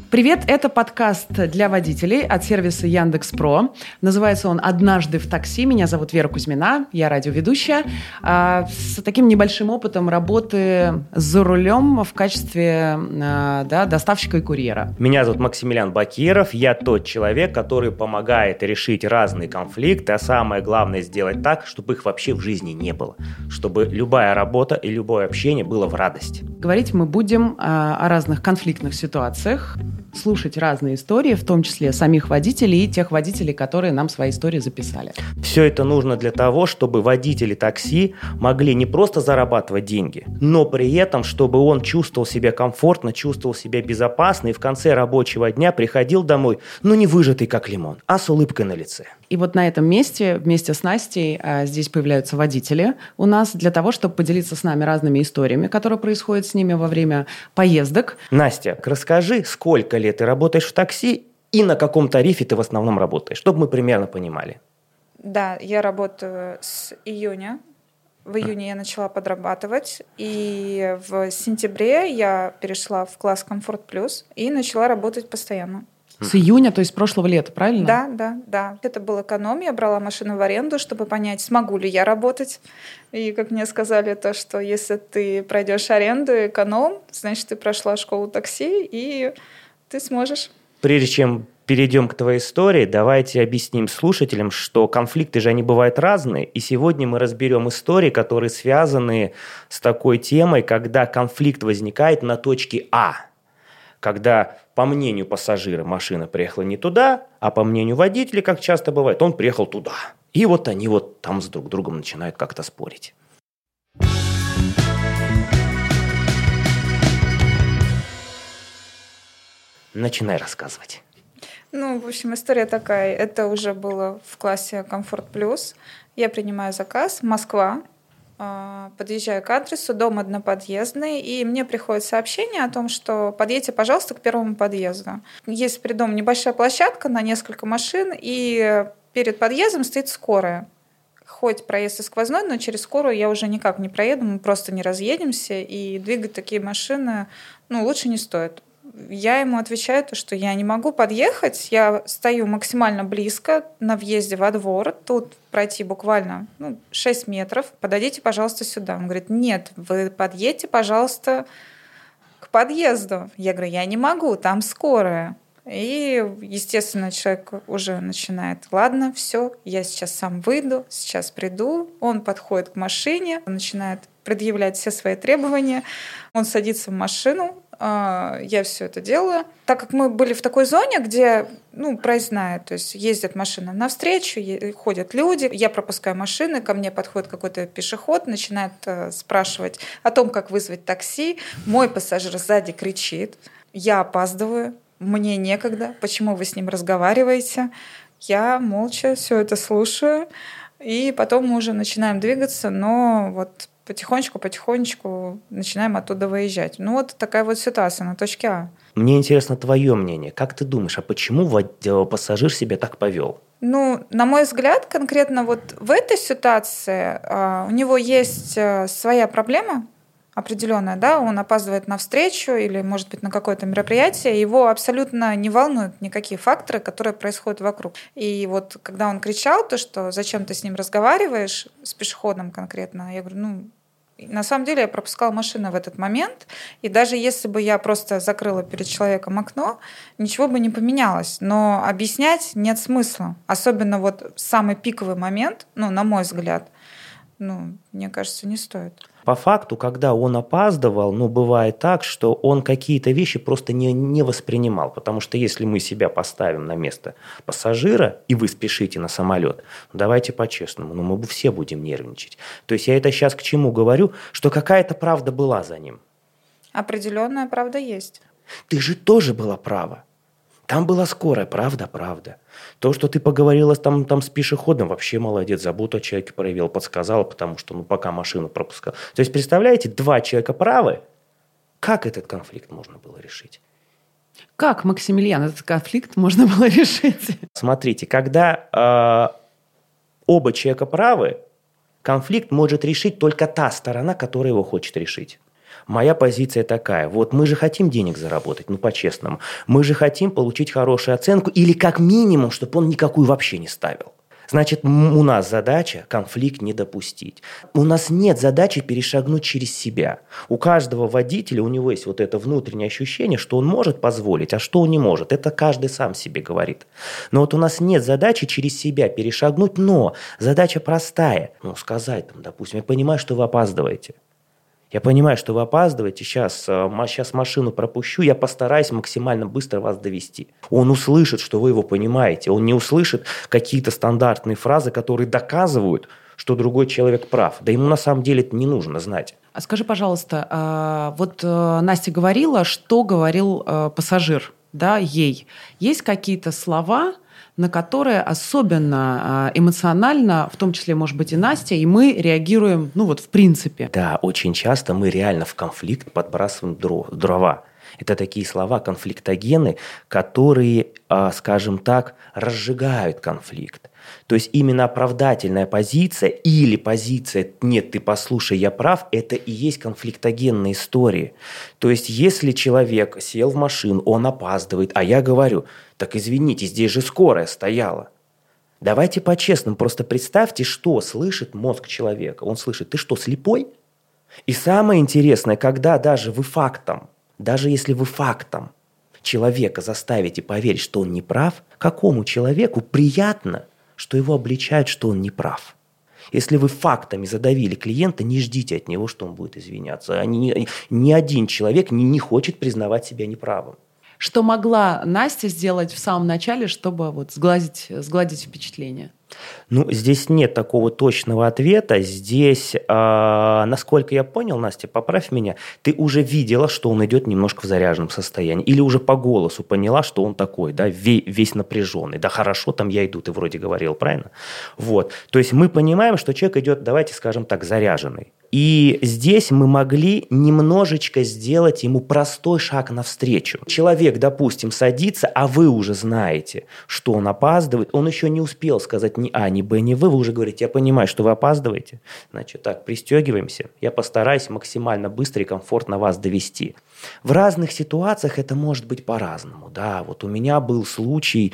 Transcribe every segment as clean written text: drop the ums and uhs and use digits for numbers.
Привет, это подкаст для водителей от сервиса Яндекс.Про. Называется он «Однажды в такси». Меня зовут Вера Кузьмина, я радиоведущая. С таким небольшим опытом работы за рулем в качестве доставщика и курьера. Меня зовут Максимилиан Бакиров. Я тот человек, который помогает решить разные конфликты, а самое главное сделать так, чтобы их вообще в жизни не было. Чтобы любая работа и любое общение было в радость. Говорить мы будем о разных конфликтных ситуациях, слушать разные истории, в том числе самих водителей и тех водителей, которые нам свои истории записали. Все это нужно для того, чтобы водители такси могли не просто зарабатывать деньги, но при этом, чтобы он чувствовал себя комфортно, чувствовал себя безопасно и в конце рабочего дня приходил домой, не выжатый как лимон, а с улыбкой на лице. И вот на этом месте, вместе с Настей, здесь появляются водители у нас для того, чтобы поделиться с нами разными историями, которые происходят с ними во время поездок. Настя, расскажи, сколько лет ты работаешь в такси и на каком тарифе ты в основном работаешь, чтобы мы примерно понимали. Да, я работаю с июня. В июне я начала подрабатывать, и в сентябре я перешла в класс «Комфорт Плюс» и начала работать постоянно. С июня, то есть прошлого лета, правильно? Да. Это был эконом. Я брала машину в аренду, чтобы понять, смогу ли я работать. И, как мне сказали, то, что если ты пройдешь аренду эконом, значит, ты прошла школу такси, и ты сможешь. Прежде чем перейдем к твоей истории, давайте объясним слушателям, что конфликты же они бывают разные, и сегодня мы разберем истории, которые связаны с такой темой, когда конфликт возникает на точке А. Когда, по мнению пассажира, машина приехала не туда, а по мнению водителя, как часто бывает, он приехал туда. И вот они там с друг другом начинают как-то спорить. Начинай рассказывать. В общем, история такая. Это уже было в классе «Комфорт Плюс». Я принимаю заказ, Москва. Подъезжаю к адресу, дом одноподъездный, и мне приходит сообщение о том, что подъедьте, пожалуйста, к первому подъезду. Есть при доме небольшая площадка на несколько машин, и перед подъездом стоит скорая. Хоть проезд и сквозной, но через скорую я уже никак не проеду, мы просто не разъедемся, и двигать такие машины лучше не стоит. Я ему отвечаю, что я не могу подъехать, я стою максимально близко на въезде во двор, тут пройти буквально 6 метров, подойдите, пожалуйста, сюда. Он говорит, нет, вы подъедьте, пожалуйста, к подъезду. Я говорю, я не могу, там скорая. И, естественно, человек уже начинает, ладно, все, я сейчас сам выйду, сейчас приду. Он подходит к машине, начинает предъявлять все свои требования, он садится в машину, я все это делаю. Так как мы были в такой зоне, где проездная, то есть ездят машины навстречу, ходят люди, я пропускаю машины, ко мне подходит какой-то пешеход, начинает спрашивать о том, как вызвать такси. Мой пассажир сзади кричит, я опаздываю, мне некогда, почему вы с ним разговариваете? Я молча все это слушаю, и потом мы уже начинаем двигаться, но потихонечку начинаем оттуда выезжать. Такая ситуация на точке А. Мне интересно твое мнение. Как ты думаешь, а почему пассажир себя так повел? На мой взгляд, конкретно в этой ситуации у него есть своя проблема определенная, да, он опаздывает на встречу или, может быть, на какое-то мероприятие, его абсолютно не волнуют никакие факторы, которые происходят вокруг. И когда он кричал, что зачем ты с ним разговариваешь, с пешеходом конкретно, я говорю, на самом деле я пропускала машину в этот момент, и даже если бы я просто закрыла перед человеком окно, ничего бы не поменялось. Но объяснять нет смысла. Особенно самый пиковый момент, на мой взгляд, мне кажется, не стоит. По факту, когда он опаздывал, бывает так, что он какие-то вещи просто не воспринимал. Потому что если мы себя поставим на место пассажира, и вы спешите на самолет, давайте по-честному, мы все будем нервничать. То есть я это сейчас к чему говорю? Что какая-то правда была за ним. Определенная правда есть. Ты же тоже была права. Там была скорая, правда. То, что ты поговорила там с пешеходом, вообще молодец, заботу о человеке проявил, подсказала, потому что пока машину пропускал. То есть, представляете, 2 человека правы. Как этот конфликт можно было решить? Как, Максимилиан, этот конфликт можно было решить? Смотрите, когда оба человека правы, конфликт может решить только та сторона, которая его хочет решить. Моя позиция такая. Вот мы же хотим денег заработать, ну, по-честному. Мы же хотим получить хорошую оценку или как минимум, чтобы он никакую вообще не ставил. Значит, у нас задача конфликт не допустить. У нас нет задачи перешагнуть через себя. У каждого водителя, у него есть вот это внутреннее ощущение, что он может позволить, а что он не может. Это каждый сам себе говорит. Но вот у нас нет задачи через себя перешагнуть, но задача простая. Ну, сказать, там, допустим, я понимаю, что вы опаздываете. Я понимаю, что вы опаздываете, сейчас машину пропущу, я постараюсь максимально быстро вас довести. Он услышит, что вы его понимаете, он не услышит какие-то стандартные фразы, которые доказывают, что другой человек прав. Да ему на самом деле это не нужно знать. А скажи, пожалуйста, вот Настя говорила, что говорил пассажир, да, ей. Есть какие-то слова, на которые особенно эмоционально, в том числе, может быть, и Настя, и мы реагируем, ну вот в принципе. Да, очень часто мы реально в конфликт подбрасываем дрова. Это такие слова конфликтогены, которые, скажем так, разжигают конфликт. То есть именно оправдательная позиция или позиция «нет, ты послушай, я прав» – это и есть конфликтогенные истории. То есть если человек сел в машину, он опаздывает, а я говорю: так извините, здесь же скорая стояла. Давайте по-честному, просто представьте, что слышит мозг человека. Он слышит: ты что, слепой? И самое интересное, когда даже если вы фактом человека заставите поверить, что он не прав, какому человеку приятно, что его обличают, что он не прав? Если вы фактами задавили клиента, не ждите от него, что он будет извиняться. Ни один человек не хочет признавать себя неправым. Что могла Настя сделать в самом начале, чтобы вот сгладить впечатление? Ну, здесь нет такого точного ответа. Здесь, насколько я понял, Настя, поправь меня, ты уже видела, что он идет немножко в заряженном состоянии. Или уже по голосу поняла, что он такой, да, весь напряженный. Да хорошо, там я иду, ты вроде говорил, правильно? Вот. То есть мы понимаем, что человек идет, давайте скажем так, заряженный. И здесь мы могли немножечко сделать ему простой шаг навстречу. Человек, допустим, садится, а вы уже знаете, что он опаздывает. Он еще не успел сказать ни А, ни Б, ни В. Вы уже говорите: я понимаю, что вы опаздываете. Значит, так, пристегиваемся. Я постараюсь максимально быстро и комфортно вас довести. В разных ситуациях это может быть по-разному. Да, вот у меня был случай,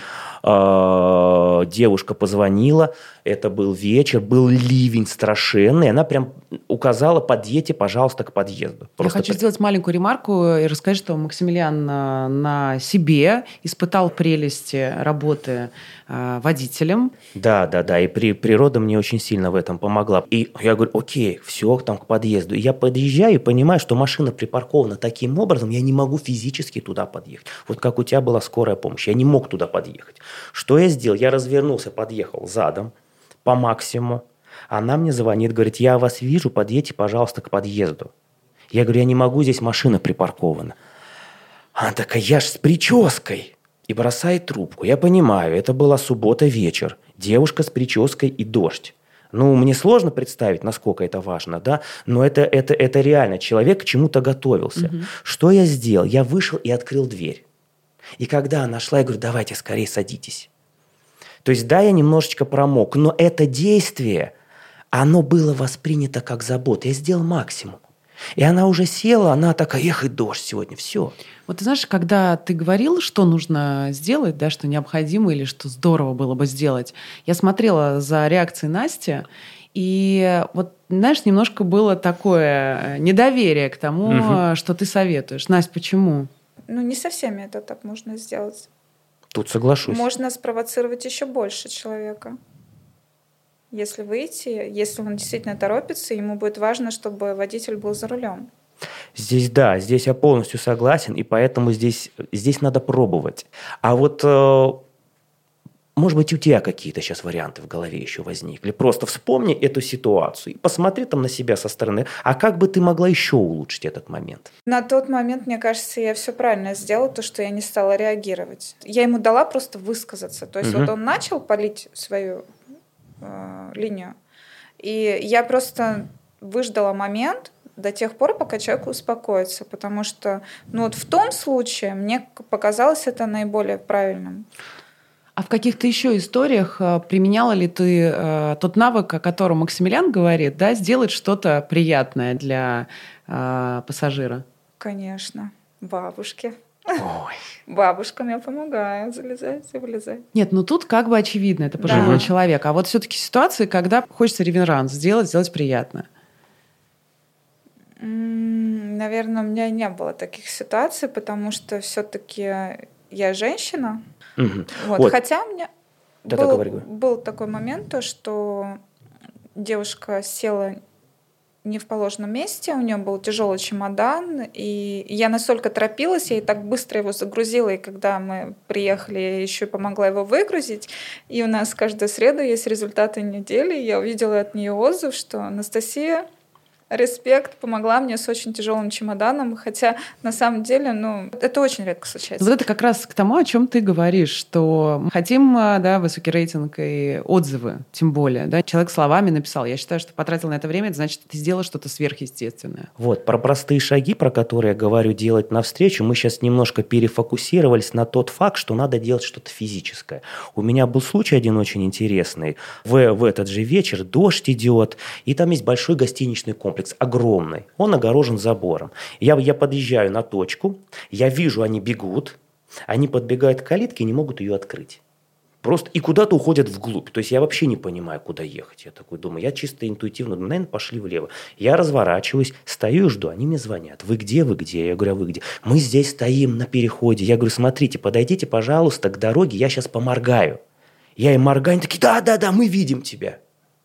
девушка позвонила, это был вечер, был ливень страшенный, она прям указала: подъедьте, пожалуйста, к подъезду. Я хочу сделать маленькую ремарку и рассказать, что Максимилиан на себе испытал прелести работы водителем. Да, и природа мне очень сильно в этом помогла. И я говорю: окей, все, там к подъезду. И я подъезжаю и понимаю, что машина припаркована таким образом, я не могу физически туда подъехать. Вот как у тебя была скорая помощь, я не мог туда подъехать. Что я сделал? Я развернулся, подъехал задом по максимуму. Она мне звонит, говорит: я вас вижу, подъедьте, пожалуйста, к подъезду. Я говорю: я не могу, здесь машина припаркована. Она такая: я ж с прической. И бросает трубку. Я понимаю, это была суббота вечер. Девушка с прической и дождь. Ну, мне сложно представить, насколько это важно, да, но это реально. Человек к чему-то готовился. Угу. Что я сделал? Я вышел и открыл дверь. И когда она шла, я говорю: давайте скорее садитесь. То есть, да, я немножечко промок, но это действие, оно было воспринято как забота. Я сделал максимум. И она уже села, она такая: ехать дождь сегодня, все. Вот ты знаешь, когда ты говорил, что нужно сделать, да, что необходимо или что здорово было бы сделать, я смотрела за реакцией Насти, и вот, знаешь, немножко было такое недоверие к тому, что ты советуешь. Настя, почему? Ну, не со всеми это так можно сделать. Тут соглашусь. Можно спровоцировать еще больше человека. Если выйти, если он действительно торопится, ему будет важно, чтобы водитель был за рулем. Здесь я полностью согласен, и поэтому здесь надо пробовать. А вот, может быть, у тебя какие-то сейчас варианты в голове еще возникли. Просто вспомни эту ситуацию и посмотри там на себя со стороны. А как бы ты могла еще улучшить этот момент? На тот момент, мне кажется, я все правильно сделала, то, что я не стала реагировать. Я ему дала просто высказаться. То есть вот он начал палить свою линию, и я просто выждала момент до тех пор, пока человек успокоится, потому что, ну вот в том случае мне показалось это наиболее правильным. А в каких-то еще историях применяла ли ты тот навык, о котором Максимилиан говорит, да, сделать что-то приятное для пассажира? Конечно. Бабушки. Ой. Бабушкам я помогаю залезать и вылезать. Нет, ну тут как бы очевидно, это пожилой человек. А вот все-таки ситуации, когда хочется реверанс сделать приятно. Наверное, у меня не было таких ситуаций, потому что все-таки я женщина. Вот. Хотя у меня был такой момент, то, что девушка села не в положенном месте, у нее был тяжелый чемодан, и я настолько торопилась, я и так быстро его загрузила, и когда мы приехали, я еще и помогла его выгрузить, и у нас каждую среду есть результаты недели, я увидела от нее отзыв, что Анастасия, респект, помогла мне с очень тяжелым чемоданом, хотя на самом деле, это очень редко случается. Вот это как раз к тому, о чем ты говоришь, что мы хотим, да, высокий рейтинг и отзывы, тем более, да, человек словами написал. Я считаю, что потратил на это время, это значит, ты сделал что-то сверхъестественное. Вот, про простые шаги, про которые я говорю, делать навстречу, мы сейчас немножко перефокусировались на тот факт, что надо делать что-то физическое. У меня был случай один очень интересный. В этот же вечер дождь идет, и там есть большой гостиничный комплекс, огромный. Он огорожен забором. Я подъезжаю на точку, я вижу, они бегут, они подбегают к калитке и не могут ее открыть. Просто и куда-то уходят вглубь. То есть я вообще не понимаю, куда ехать. Я такой думаю, я чисто интуитивно, наверное, пошли влево. Я разворачиваюсь, стою и жду. Они мне звонят. Вы где? Вы где? Я говорю, а вы где? Мы здесь стоим на переходе. Я говорю, смотрите, подойдите, пожалуйста, к дороге, я сейчас поморгаю. Я им моргаю, они такие, да, мы видим тебя.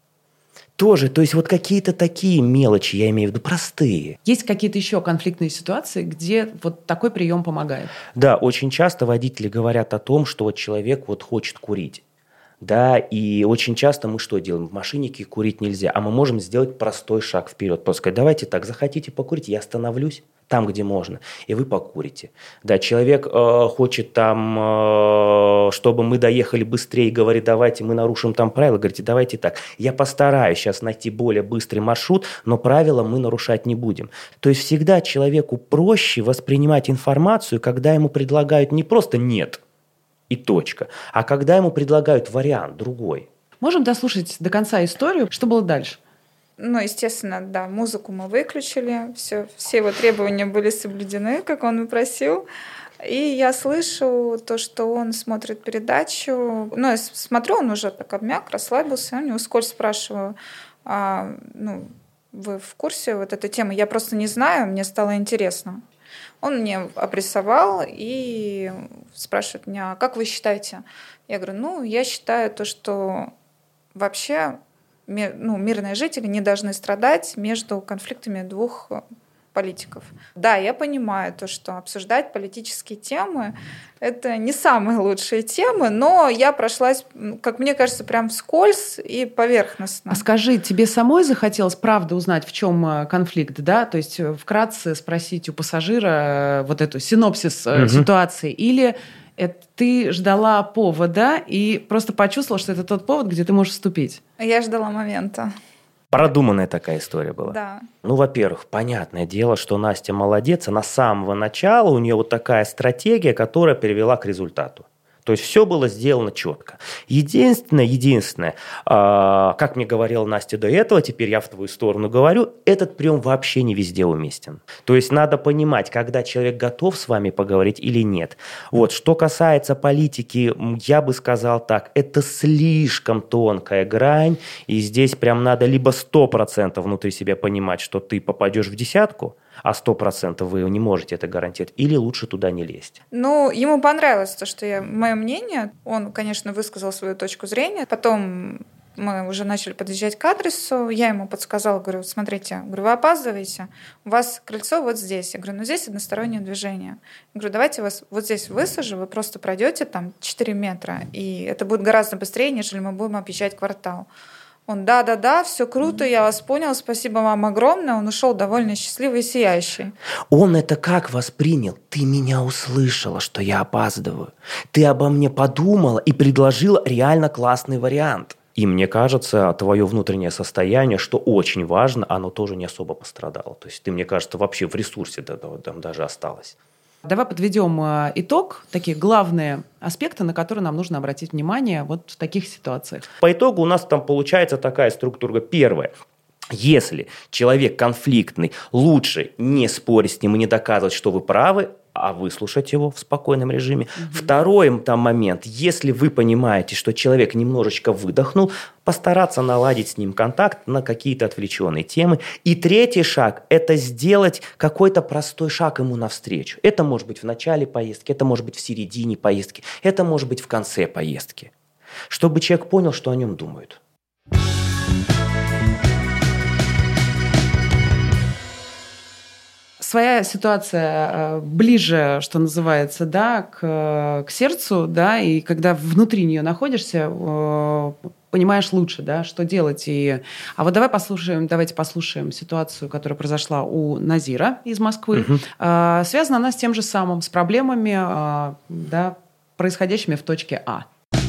Тоже, то есть вот какие-то такие мелочи, я имею в виду, простые. Есть какие-то еще конфликтные ситуации, где вот такой прием помогает? Да, очень часто водители говорят о том, что вот человек вот хочет курить. Да, и очень часто мы что делаем? В машине курить нельзя, а мы можем сделать простой шаг вперед. Просто сказать, давайте так, захотите покурить, я остановлюсь там, где можно, и вы покурите. Да, человек хочет там, чтобы мы доехали быстрее, говорит, давайте мы нарушим там правила, говорите, давайте так. Я постараюсь сейчас найти более быстрый маршрут, но правила мы нарушать не будем. То есть всегда человеку проще воспринимать информацию, когда ему предлагают не просто «нет» и точка, а когда ему предлагают вариант другой. Можем дослушать до конца историю, что было дальше? Естественно, да, музыку мы выключили, все его требования были соблюдены, как он и просил. И я слышу то, что он смотрит передачу. Я смотрю, он уже так обмяк, расслабился. Я у него вскользь спрашиваю, вы в курсе вот этой темы? Я просто не знаю, мне стало интересно. Он мне обрисовал и спрашивает меня, как вы считаете? Я говорю, я считаю то, что вообще мирные жители не должны страдать между конфликтами двух политиков. Да, я понимаю то, что обсуждать политические темы – это не самые лучшие темы, но я прошлась, как мне кажется, прям вскользь и поверхностно. А скажи, тебе самой захотелось правда узнать, в чем конфликт, да? То есть вкратце спросить у пассажира вот эту синопсис ситуации, или ты ждала повода и просто почувствовала, что это тот повод, где ты можешь вступить? Я ждала момента. Продуманная такая история была. Да. Во-первых, понятное дело, что Настя молодец, она с самого начала, у нее вот такая стратегия, которая привела к результату. То есть все было сделано четко. Единственное, как мне говорила Настя до этого, теперь я в твою сторону говорю, этот прием вообще не везде уместен. То есть надо понимать, когда человек готов с вами поговорить или нет. Вот, что касается политики, я бы сказал так, это слишком тонкая грань, и здесь прям надо либо 100% внутри себя понимать, что ты попадешь в десятку, а 100% вы не можете это гарантировать, или лучше туда не лезть? Ему понравилось то, что мое мнение. Он, конечно, высказал свою точку зрения. Потом мы уже начали подъезжать к адресу. Я ему подсказала, говорю, смотрите, вы опаздываете, у вас крыльцо вот здесь. Я говорю, здесь одностороннее движение. Я говорю, давайте вас вот здесь высажу, вы просто пройдете там 4 метра, и это будет гораздо быстрее, нежели мы будем объезжать квартал. Он, да, все круто, я вас понял, спасибо вам огромное. Он ушел довольно счастливый и сияющий. Он это как воспринял? Ты меня услышала, что я опаздываю. Ты обо мне подумала и предложила реально классный вариант. И мне кажется, твое внутреннее состояние, что очень важно, оно тоже не особо пострадало. То есть ты, мне кажется, вообще в ресурсе там даже осталось. Давай подведем итог, такие главные аспекты, на которые нам нужно обратить внимание вот в таких ситуациях. По итогу у нас там получается такая структура. Первое. Если человек конфликтный, лучше не спорить с ним и не доказывать, что вы правы, а выслушать его в спокойном режиме. Второй там момент. Если вы понимаете, что человек немножечко выдохнул, постараться наладить с ним контакт на какие-то отвлеченные темы. И третий шаг – это сделать какой-то простой шаг ему навстречу. Это может быть в начале поездки, это может быть в середине поездки, это может быть в конце поездки. Чтобы человек понял, что о нем думают. Своя ситуация ближе, что называется, да, к сердцу, да, и когда внутри нее находишься, понимаешь лучше, да, что делать. А вот давайте послушаем ситуацию, которая произошла у Назира из Москвы. Связана она с тем же самым, с проблемами, да, происходящими в точке А.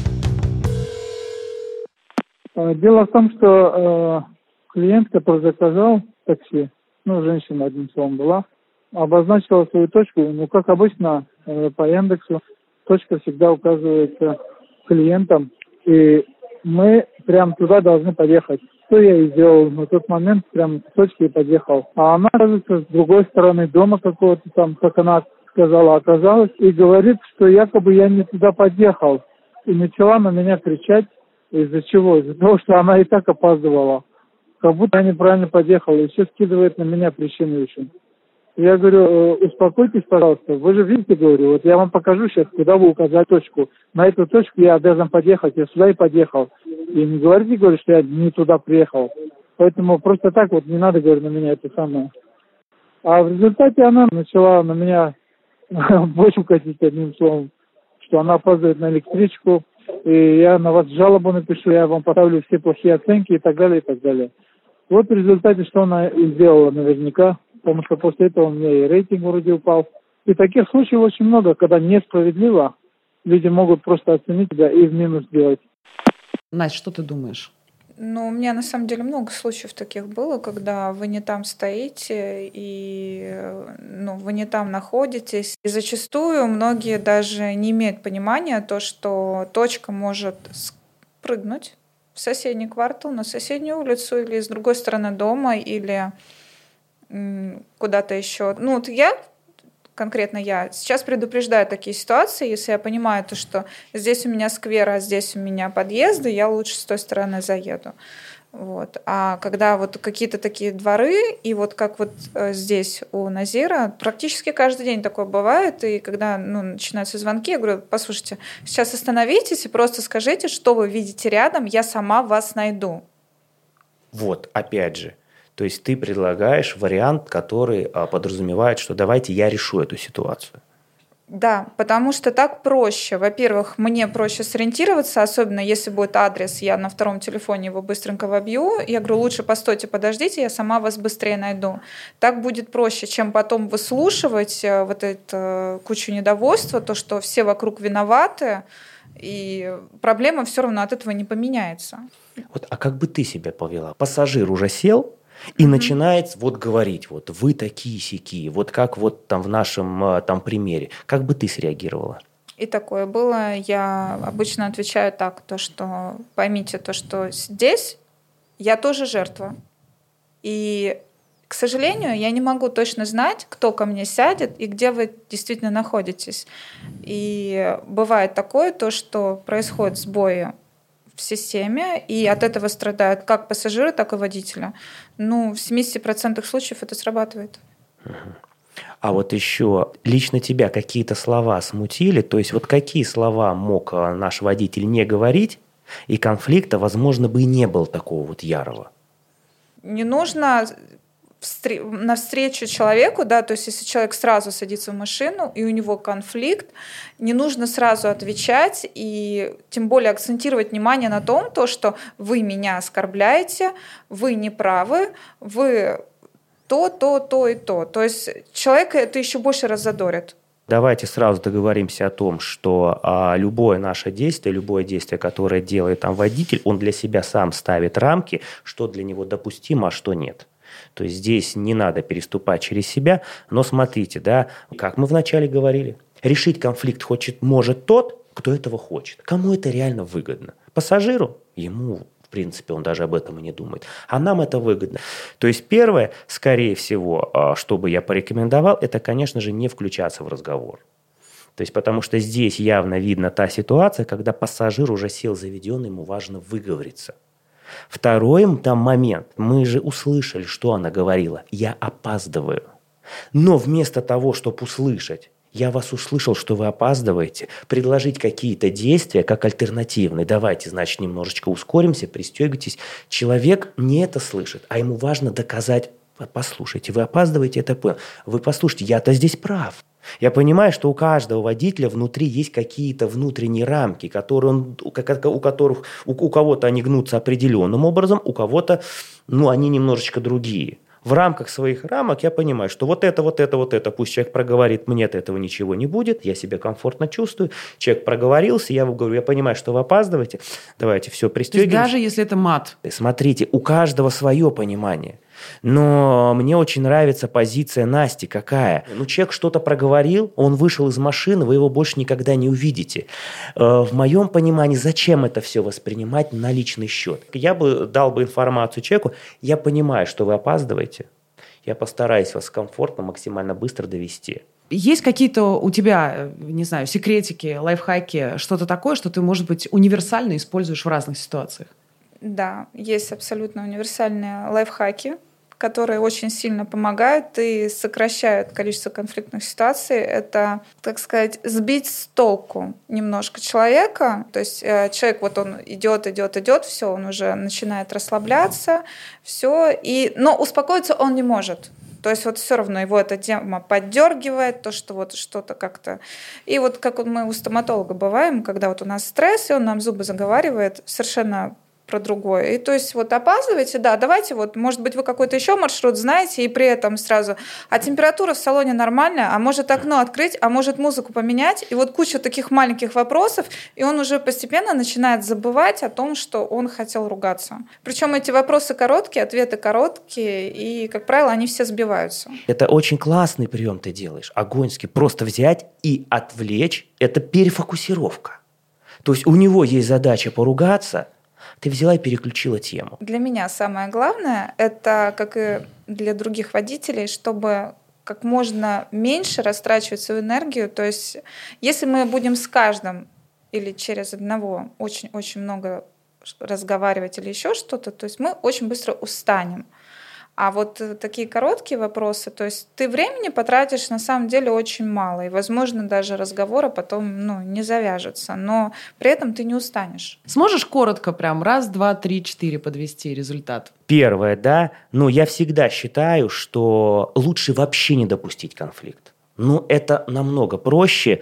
Дело в том, что клиент, который заказал такси, женщина, одним словом, была, обозначила свою точку. Как обычно, по Яндексу точка всегда указывается клиентам, и мы прям туда должны подъехать. Что я и сделал на тот момент, прям к точке и подъехал. А она, оказывается, с другой стороны дома какого-то там, как она сказала, оказалась, и говорит, что якобы я не туда подъехал. И начала на меня кричать. Из-за чего? Из-за того, что она и так опаздывала. Как будто я неправильно подъехал, и все скидывает на меня причину еще. Я говорю, успокойтесь, пожалуйста. Вы же видите, говорю, вот я вам покажу сейчас, куда вы указали точку. На эту точку я обязан подъехать, я сюда и подъехал. И не говорите, говорю, что я не туда приехал. Поэтому просто так вот не надо, говорю, на меня это самое. А в результате она начала на меня бочку катить, одним словом, что она опаздывает на электричку, и я на вас жалобу напишу, я вам поставлю все плохие оценки и так далее, и так далее. Вот в результате, что она и сделала наверняка, потому что после этого у меня и рейтинг вроде упал. И таких случаев очень много, когда несправедливо люди могут просто оценить тебя и в минус сделать. Настя, что ты думаешь? У меня на самом деле много случаев таких было, когда вы не там стоите и вы не там находитесь. И зачастую многие даже не имеют понимания то, что точка может спрыгнуть в соседний квартал, на соседнюю улицу или с другой стороны дома, или куда-то еще. Конкретно я сейчас предупреждаю такие ситуации, если я понимаю то, что здесь у меня сквер, а здесь у меня подъезды, я лучше с той стороны заеду. Вот. А когда вот какие-то такие дворы, и вот как вот здесь у Назира, практически каждый день такое бывает, и когда начинаются звонки, я говорю, послушайте, сейчас остановитесь и просто скажите, что вы видите рядом, я сама вас найду. Вот, опять же. То есть ты предлагаешь вариант, который подразумевает, что давайте я решу эту ситуацию. Да, потому что так проще. Во-первых, мне проще сориентироваться, особенно если будет адрес, я на втором телефоне его быстренько вобью. Я говорю, лучше постойте, подождите, я сама вас быстрее найду. Так будет проще, чем потом выслушивать вот эту кучу недовольства, то, что все вокруг виноваты, и проблема все равно от этого не поменяется. Вот, а как бы ты себя повела? Пассажир уже сел и начинает говорить, вы такие-сякие, как там в нашем там примере. Как бы ты среагировала? И такое было. Я обычно отвечаю так, то, что поймите то, что здесь я тоже жертва. И, к сожалению, я не могу точно знать, кто ко мне сядет и где вы действительно находитесь. И бывает такое, то, что происходят сбои в системе, и от этого страдают как пассажиры, так и водители. В 70% случаев это срабатывает. А вот еще лично тебя какие-то слова смутили? То есть какие слова мог наш водитель не говорить, и конфликта, возможно, бы и не было такого ярого? Не нужно навстречу человеку, да, то есть если человек сразу садится в машину и у него конфликт, не нужно сразу отвечать и тем более акцентировать внимание на том, что вы меня оскорбляете, вы не правы, вы то и то. То есть человека это еще больше раззадорит. Давайте сразу договоримся о том, что любое наше действие, любое действие, которое делает водитель, он для себя сам ставит рамки, что для него допустимо, а что нет. То есть здесь не надо переступать через себя, но смотрите, да, как мы вначале говорили, решить конфликт может тот, кто этого хочет. Кому это реально выгодно? Пассажиру? Ему, в принципе, он даже об этом и не думает. А нам это выгодно. То есть первое, скорее всего, что бы я порекомендовал, это, конечно же, не включаться в разговор. То есть потому что здесь явно видна та ситуация, когда пассажир уже сел заведенный, ему важно выговориться. Второй там момент. Мы же услышали, что она говорила. Я опаздываю. Но вместо того, чтобы услышать, я вас услышал, что вы опаздываете, предложить какие-то действия как альтернативные. Давайте, значит, немножечко ускоримся, пристегивайтесь. Человек не это слышит, а ему важно доказать. Послушайте, вы опаздываете, это понял. Вы послушайте, я-то здесь прав. Я понимаю, что у каждого водителя внутри есть какие-то внутренние рамки, у кого-то они гнутся определенным образом, у кого-то они немножечко другие. В рамках своих рамок я понимаю, что вот это, пусть человек проговорит, мне от этого ничего не будет, я себя комфортно чувствую, человек проговорился, я говорю, я понимаю, что вы опаздываете, давайте все пристегиваем. То есть даже если это мат? Смотрите, у каждого свое понимание. Но мне очень нравится позиция Насти какая. Человек что-то проговорил, он вышел из машины, вы его больше никогда не увидите. В моем понимании, зачем это все воспринимать на личный счет? Я бы дал информацию человеку, я понимаю, что вы опаздываете, я постараюсь вас комфортно, максимально быстро довести. Есть какие-то у тебя, не знаю, секретики, лайфхаки, что-то такое, что ты, может быть, универсально используешь в разных ситуациях? Да, есть абсолютно универсальные лайфхаки, которые очень сильно помогают и сокращают количество конфликтных ситуаций. Это, так сказать, сбить с толку немножко человека. То есть человек, он идет, все, он уже начинает расслабляться, все, но успокоиться он не может. То есть все равно его эта тема поддергивает, то, что что-то как-то... И как мы у стоматолога бываем, когда у нас стресс, и он нам зубы заговаривает совершенно про другое. И то есть опаздываете, да, давайте может быть, вы какой-то еще маршрут знаете, и при этом сразу, а температура в салоне нормальная, а может окно открыть, а может музыку поменять, и куча таких маленьких вопросов, и он уже постепенно начинает забывать о том, что он хотел ругаться. Причем эти вопросы короткие, ответы короткие, и, как правило, они все сбиваются. Это очень классный прием ты делаешь, огоньский. Просто взять и отвлечь, это перефокусировка. То есть у него есть задача поругаться, ты взяла и переключила тему. Для меня самое главное, это, как и для других водителей, чтобы как можно меньше растрачивать свою энергию. То есть если мы будем с каждым или через одного очень-очень много разговаривать или еще что-то, то есть мы очень быстро устанем. А такие короткие вопросы, то есть ты времени потратишь на самом деле очень мало, и, возможно, даже разговора потом не завяжется, но при этом ты не устанешь. Сможешь коротко прям 1, 2, 3, 4 подвести результат? Первое, да, я всегда считаю, что лучше вообще не допустить конфликт. Это намного проще.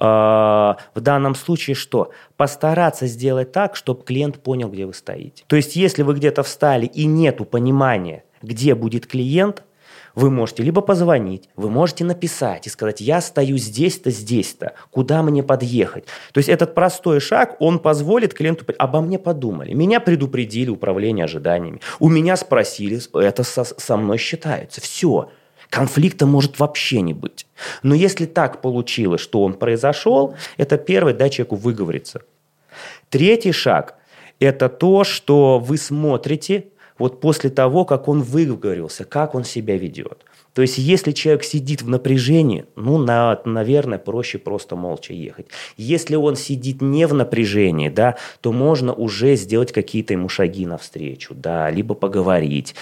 В данном случае что? Постараться сделать так, чтобы клиент понял, где вы стоите. То есть, если вы где-то встали и нету понимания, где будет клиент, вы можете либо позвонить, вы можете написать и сказать, я стою здесь-то, здесь-то, куда мне подъехать. То есть этот простой шаг, он позволит клиенту, обо мне подумали, меня предупредили управление ожиданиями, у меня спросили, это со мной считается, все. Конфликта может вообще не быть. Но если так получилось, что он произошел, это первый, дать человеку выговориться. Третий шаг – это то, что вы смотрите после того, как он выговорился, как он себя ведет. То есть, если человек сидит в напряжении, наверное, проще просто молча ехать. Если он сидит не в напряжении, да, то можно уже сделать какие-то ему шаги навстречу, да, либо поговорить,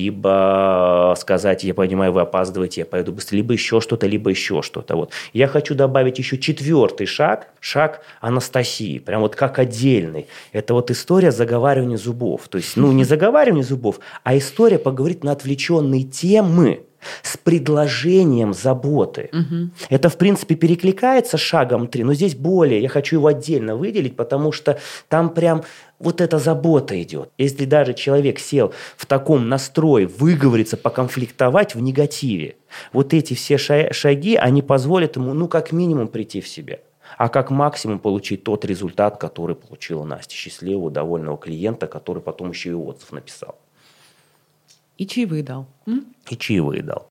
либо сказать, я понимаю, вы опаздываете, я поеду быстрее, либо еще что-то. Я хочу добавить еще 4-й шаг Анастасии, прям как отдельный. Это история заговаривания зубов. То есть, не заговаривание зубов, а история поговорить на отвлеченные темы, с предложением заботы. Угу. Это, в принципе, перекликается с шагом 3, но здесь я хочу его отдельно выделить, потому что там прям эта забота идет. Если даже человек сел в таком настрое выговориться, поконфликтовать в негативе, эти все шаги, они позволят ему, как минимум, прийти в себя. А как максимум получить тот результат, который получила Настя. Счастливого, довольного клиента, который потом еще и отзыв написал. И чаевые дал. И чаевые дал.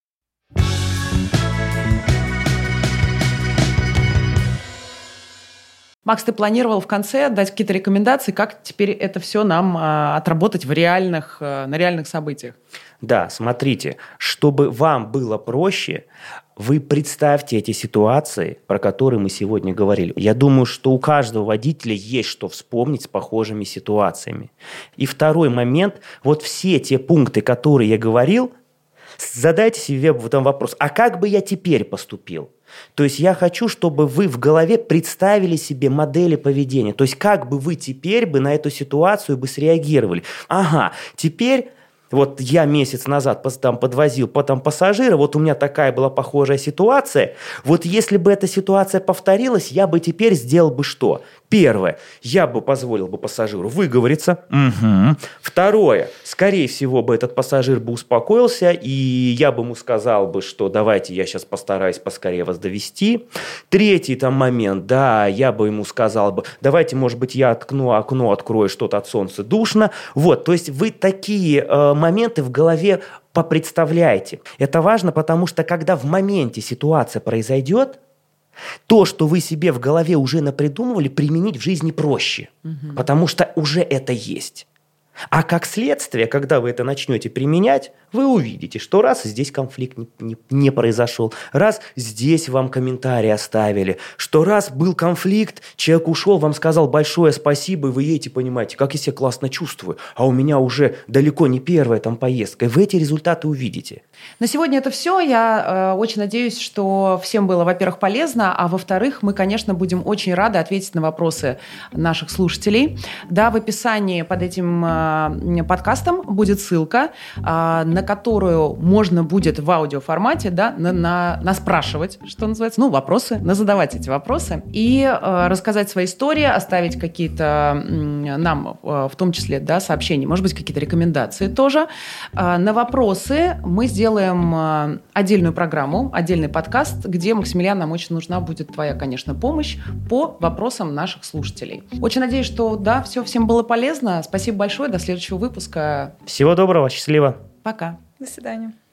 Макс, ты планировал в конце дать какие-то рекомендации, как теперь это все нам отработать на реальных событиях? Да, смотрите, чтобы вам было проще, вы представьте эти ситуации, про которые мы сегодня говорили. Я думаю, что у каждого водителя есть что вспомнить с похожими ситуациями. И второй момент, вот все те пункты, которые я говорил, задайте себе в этом вопрос, а как бы я теперь поступил? То есть я хочу, чтобы вы в голове представили себе модели поведения. То есть как бы вы теперь бы на эту ситуацию бы среагировали. Ага, теперь... Вот я месяц назад подвозил пассажира, вот у меня такая была похожая ситуация. Вот если бы эта ситуация повторилась, я бы теперь сделал бы что? Первое, я бы позволил бы пассажиру выговориться. Угу. Второе, скорее всего бы этот пассажир бы успокоился, и я бы ему сказал бы, что давайте я сейчас постараюсь поскорее вас довести. Третий момент, да, я бы ему сказал бы, давайте, может быть, я окно открою, что-то от солнца душно. Вот, то есть вы такие моменты в голове попредставляете. Это важно, потому что когда в моменте ситуация произойдет, то, что вы себе в голове уже напридумывали, применить в жизни проще, потому что уже это есть. А как следствие, когда вы это начнете применять, вы увидите, что раз здесь конфликт не произошел, раз здесь вам комментарий оставили, что раз был конфликт, человек ушел, вам сказал большое спасибо, и вы едете, понимаете, как я себя классно чувствую, а у меня уже далеко не первая поездка, и вы эти результаты увидите. На сегодня это все. Я очень надеюсь, что всем было, во-первых, полезно, а во-вторых, мы, конечно, будем очень рады ответить на вопросы наших слушателей. Да, в описании под этим подкастом будет ссылка, на которую можно будет в аудиоформате, да, наспрашивать, что называется, вопросы, задавать эти вопросы и рассказать свои истории, оставить какие-то нам, в том числе, да, сообщения, может быть, какие-то рекомендации тоже. На вопросы мы сделаем отдельную программу, отдельный подкаст, где, Максимилиан, нам очень нужна будет твоя, конечно, помощь по вопросам наших слушателей. Очень надеюсь, что, да, всем было полезно. Спасибо большое. До следующего выпуска. Всего доброго, счастливо. Пока. До свидания.